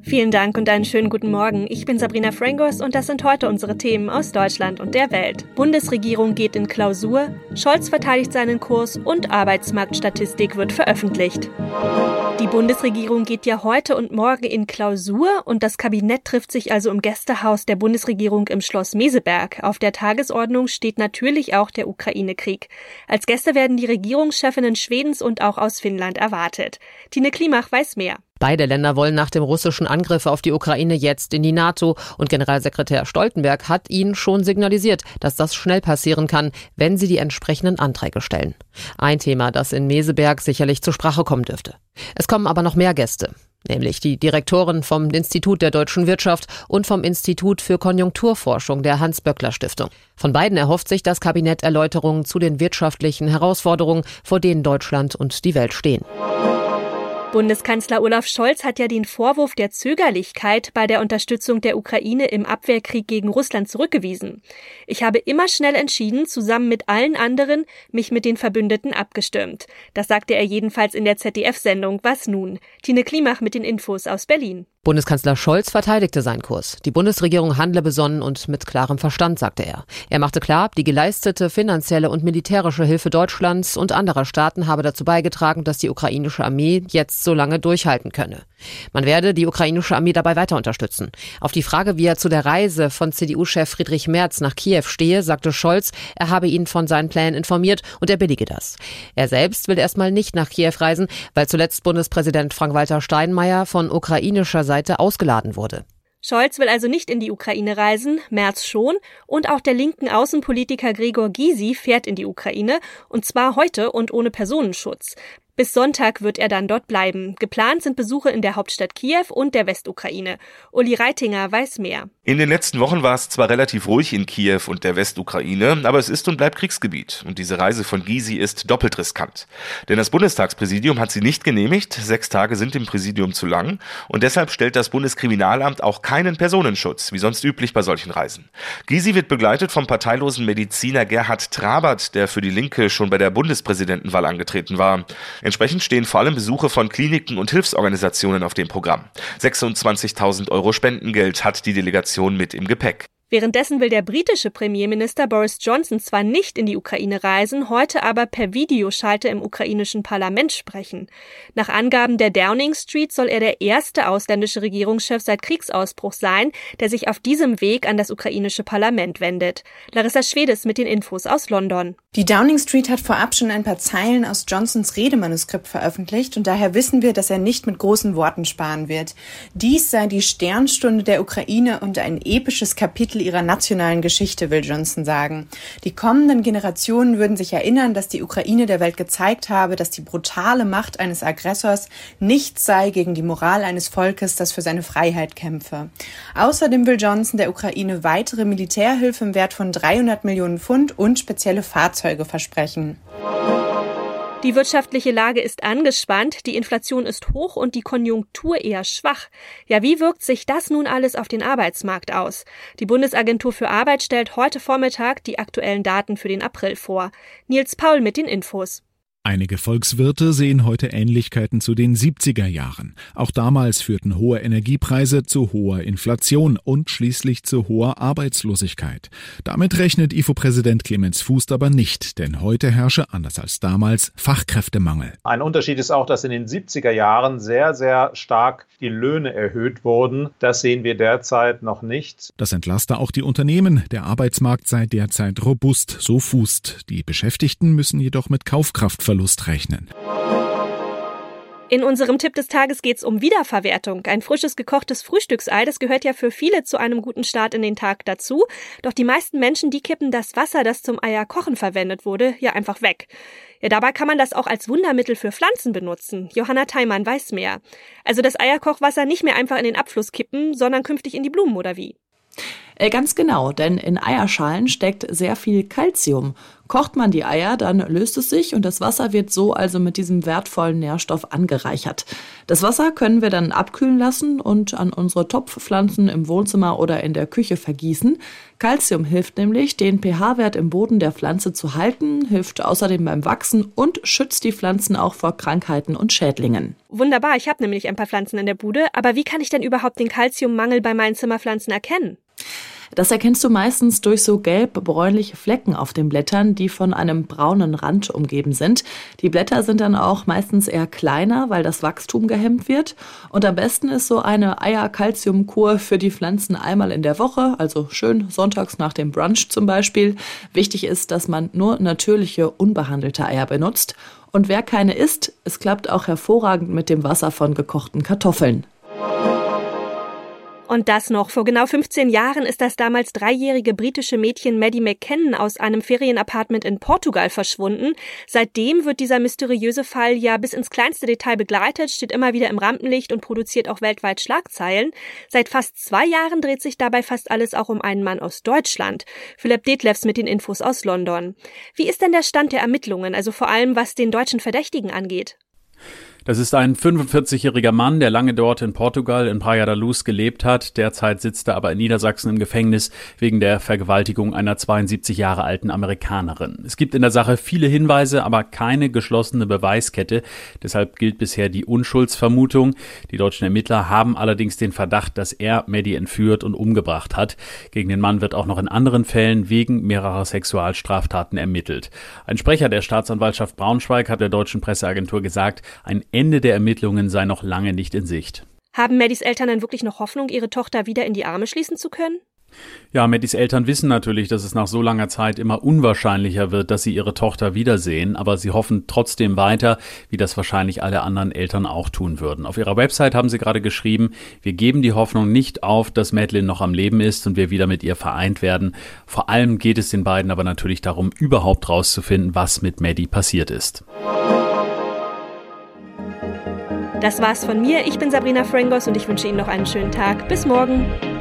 Vielen Dank und einen schönen guten Morgen. Ich bin Sabrina Frangos und das sind heute unsere Themen aus Deutschland und der Welt. Bundesregierung geht in Klausur, Scholz verteidigt seinen Kurs und Arbeitsmarktstatistik wird veröffentlicht. Die Bundesregierung geht ja heute und morgen in Klausur und das Kabinett trifft sich also im Gästehaus der Bundesregierung im Schloss Meseberg. Auf der Tagesordnung steht natürlich auch der Ukraine-Krieg. Als Gäste werden die Regierungschefinnen Schwedens und auch aus Finnland erwartet. Tine Klimach weiß mehr. Beide Länder wollen nach dem russischen Angriff auf die Ukraine jetzt in die NATO und Generalsekretär Stoltenberg hat ihnen schon signalisiert, dass das schnell passieren kann, wenn sie die entsprechenden Anträge stellen. Ein Thema, das in Meseberg sicherlich zur Sprache kommen dürfte. Es kommen aber noch mehr Gäste, nämlich die Direktoren vom Institut der deutschen Wirtschaft und vom Institut für Konjunkturforschung der Hans-Böckler-Stiftung. Von beiden erhofft sich das Kabinett Erläuterungen zu den wirtschaftlichen Herausforderungen, vor denen Deutschland und die Welt stehen. Bundeskanzler Olaf Scholz hat ja den Vorwurf der Zögerlichkeit bei der Unterstützung der Ukraine im Abwehrkrieg gegen Russland zurückgewiesen. Ich habe immer schnell entschieden, zusammen mit allen anderen, mich mit den Verbündeten abgestimmt. Das sagte er jedenfalls in der ZDF-Sendung Was nun? Tine Klimach mit den Infos aus Berlin. Bundeskanzler Scholz verteidigte seinen Kurs. Die Bundesregierung handle besonnen und mit klarem Verstand, sagte er. Er machte klar, die geleistete finanzielle und militärische Hilfe Deutschlands und anderer Staaten habe dazu beigetragen, dass die ukrainische Armee jetzt so lange durchhalten könne. Man werde die ukrainische Armee dabei weiter unterstützen. Auf die Frage, wie er zu der Reise von CDU-Chef Friedrich Merz nach Kiew stehe, sagte Scholz, er habe ihn von seinen Plänen informiert und er billige das. Er selbst will erstmal nicht nach Kiew reisen, weil zuletzt Bundespräsident Frank-Walter Steinmeier von ukrainischer Seite ausgeladen wurde. Scholz will also nicht in die Ukraine reisen, Merz schon und auch der linken Außenpolitiker Gregor Gysi fährt in die Ukraine und zwar heute und ohne Personenschutz. Bis Sonntag wird er dann dort bleiben. Geplant sind Besuche in der Hauptstadt Kiew und der Westukraine. Uli Reitinger weiß mehr. In den letzten Wochen war es zwar relativ ruhig in Kiew und der Westukraine, aber es ist und bleibt Kriegsgebiet. Und diese Reise von Gysi ist doppelt riskant. Denn das Bundestagspräsidium hat sie nicht genehmigt. 6 Tage sind im Präsidium zu lang. Und deshalb stellt das Bundeskriminalamt auch keinen Personenschutz, wie sonst üblich bei solchen Reisen. Gysi wird begleitet vom parteilosen Mediziner Gerhard Trabert, der für die Linke schon bei der Bundespräsidentenwahl angetreten war. Entsprechend stehen vor allem Besuche von Kliniken und Hilfsorganisationen auf dem Programm. 26.000 € Spendengeld hat die Delegation mit im Gepäck. Währenddessen will der britische Premierminister Boris Johnson zwar nicht in die Ukraine reisen, heute aber per Videoschalte im ukrainischen Parlament sprechen. Nach Angaben der Downing Street soll er der erste ausländische Regierungschef seit Kriegsausbruch sein, der sich auf diesem Weg an das ukrainische Parlament wendet. Larissa Schwedes mit den Infos aus London. Die Downing Street hat vorab schon ein paar Zeilen aus Johnsons Redemanuskript veröffentlicht und daher wissen wir, dass er nicht mit großen Worten sparen wird. Dies sei die Sternstunde der Ukraine und ein episches Kapitel ihrer nationalen Geschichte, will Johnson sagen. Die kommenden Generationen würden sich erinnern, dass die Ukraine der Welt gezeigt habe, dass die brutale Macht eines Aggressors nichts sei gegen die Moral eines Volkes, das für seine Freiheit kämpfe. Außerdem will Johnson der Ukraine weitere Militärhilfe im Wert von 300 Millionen Pfund und spezielle Fahrzeuge versprechen. Die wirtschaftliche Lage ist angespannt, die Inflation ist hoch und die Konjunktur eher schwach. Ja, wie wirkt sich das nun alles auf den Arbeitsmarkt aus? Die Bundesagentur für Arbeit stellt heute Vormittag die aktuellen Daten für den April vor. Nils Paul mit den Infos. Einige Volkswirte sehen heute Ähnlichkeiten zu den 70er Jahren. Auch damals führten hohe Energiepreise zu hoher Inflation und schließlich zu hoher Arbeitslosigkeit. Damit rechnet IFO-Präsident Clemens Fußt aber nicht, denn heute herrsche, anders als damals, Fachkräftemangel. Ein Unterschied ist auch, dass in den 70er Jahren sehr, sehr stark die Löhne erhöht wurden. Das sehen wir derzeit noch nicht. Das entlaste auch die Unternehmen. Der Arbeitsmarkt sei derzeit robust, so Fußt. Die Beschäftigten müssen jedoch mit Kaufkraftverlust rechnen. In unserem Tipp des Tages geht's um Wiederverwertung. Ein frisches gekochtes Frühstücksei, das gehört ja für viele zu einem guten Start in den Tag dazu. Doch die meisten Menschen, die kippen das Wasser, das zum Eierkochen verwendet wurde, ja einfach weg. Ja, dabei kann man das auch als Wundermittel für Pflanzen benutzen. Johanna Theimann weiß mehr. Also das Eierkochwasser nicht mehr einfach in den Abfluss kippen, sondern künftig in die Blumen, oder wie? Ganz genau, denn in Eierschalen steckt sehr viel Calcium. Kocht man die Eier, dann löst es sich und das Wasser wird so also mit diesem wertvollen Nährstoff angereichert. Das Wasser können wir dann abkühlen lassen und an unsere Topfpflanzen im Wohnzimmer oder in der Küche vergießen. Calcium hilft nämlich, den pH-Wert im Boden der Pflanze zu halten, hilft außerdem beim Wachsen und schützt die Pflanzen auch vor Krankheiten und Schädlingen. Wunderbar, ich habe nämlich ein paar Pflanzen in der Bude, aber wie kann ich denn überhaupt den Calciummangel bei meinen Zimmerpflanzen erkennen? Das erkennst du meistens durch so gelb-bräunliche Flecken auf den Blättern, die von einem braunen Rand umgeben sind. Die Blätter sind dann auch meistens eher kleiner, weil das Wachstum gehemmt wird. Und am besten ist so eine Eier-Calcium-Kur für die Pflanzen einmal in der Woche, also schön sonntags nach dem Brunch zum Beispiel. Wichtig ist, dass man nur natürliche, unbehandelte Eier benutzt. Und wer keine isst, es klappt auch hervorragend mit dem Wasser von gekochten Kartoffeln. Und das noch. Vor genau 15 Jahren ist das damals 3-jährige britische Mädchen Maddie McCann aus einem Ferienapartment in Portugal verschwunden. Seitdem wird dieser mysteriöse Fall ja bis ins kleinste Detail begleitet, steht immer wieder im Rampenlicht und produziert auch weltweit Schlagzeilen. Seit fast 2 Jahren dreht sich dabei fast alles auch um einen Mann aus Deutschland. Philipp Detlefs mit den Infos aus London. Wie ist denn der Stand der Ermittlungen, also vor allem was den deutschen Verdächtigen angeht? Das ist ein 45-jähriger Mann, der lange dort in Portugal in Praia da Luz gelebt hat. Derzeit sitzt er aber in Niedersachsen im Gefängnis wegen der Vergewaltigung einer 72 Jahre alten Amerikanerin. Es gibt in der Sache viele Hinweise, aber keine geschlossene Beweiskette. Deshalb gilt bisher die Unschuldsvermutung. Die deutschen Ermittler haben allerdings den Verdacht, dass er Maddie entführt und umgebracht hat. Gegen den Mann wird auch noch in anderen Fällen wegen mehrerer Sexualstraftaten ermittelt. Ein Sprecher der Staatsanwaltschaft Braunschweig hat der deutschen Presseagentur gesagt, ein Ende der Ermittlungen sei noch lange nicht in Sicht. Haben Maddies Eltern denn wirklich noch Hoffnung, ihre Tochter wieder in die Arme schließen zu können? Ja, Maddies Eltern wissen natürlich, dass es nach so langer Zeit immer unwahrscheinlicher wird, dass sie ihre Tochter wiedersehen, aber sie hoffen trotzdem weiter, wie das wahrscheinlich alle anderen Eltern auch tun würden. Auf ihrer Website haben sie gerade geschrieben, wir geben die Hoffnung nicht auf, dass Madeleine noch am Leben ist und wir wieder mit ihr vereint werden. Vor allem geht es den beiden aber natürlich darum, überhaupt rauszufinden, was mit Maddie passiert ist. Das war's von mir. Ich bin Sabrina Frangos und ich wünsche Ihnen noch einen schönen Tag. Bis morgen.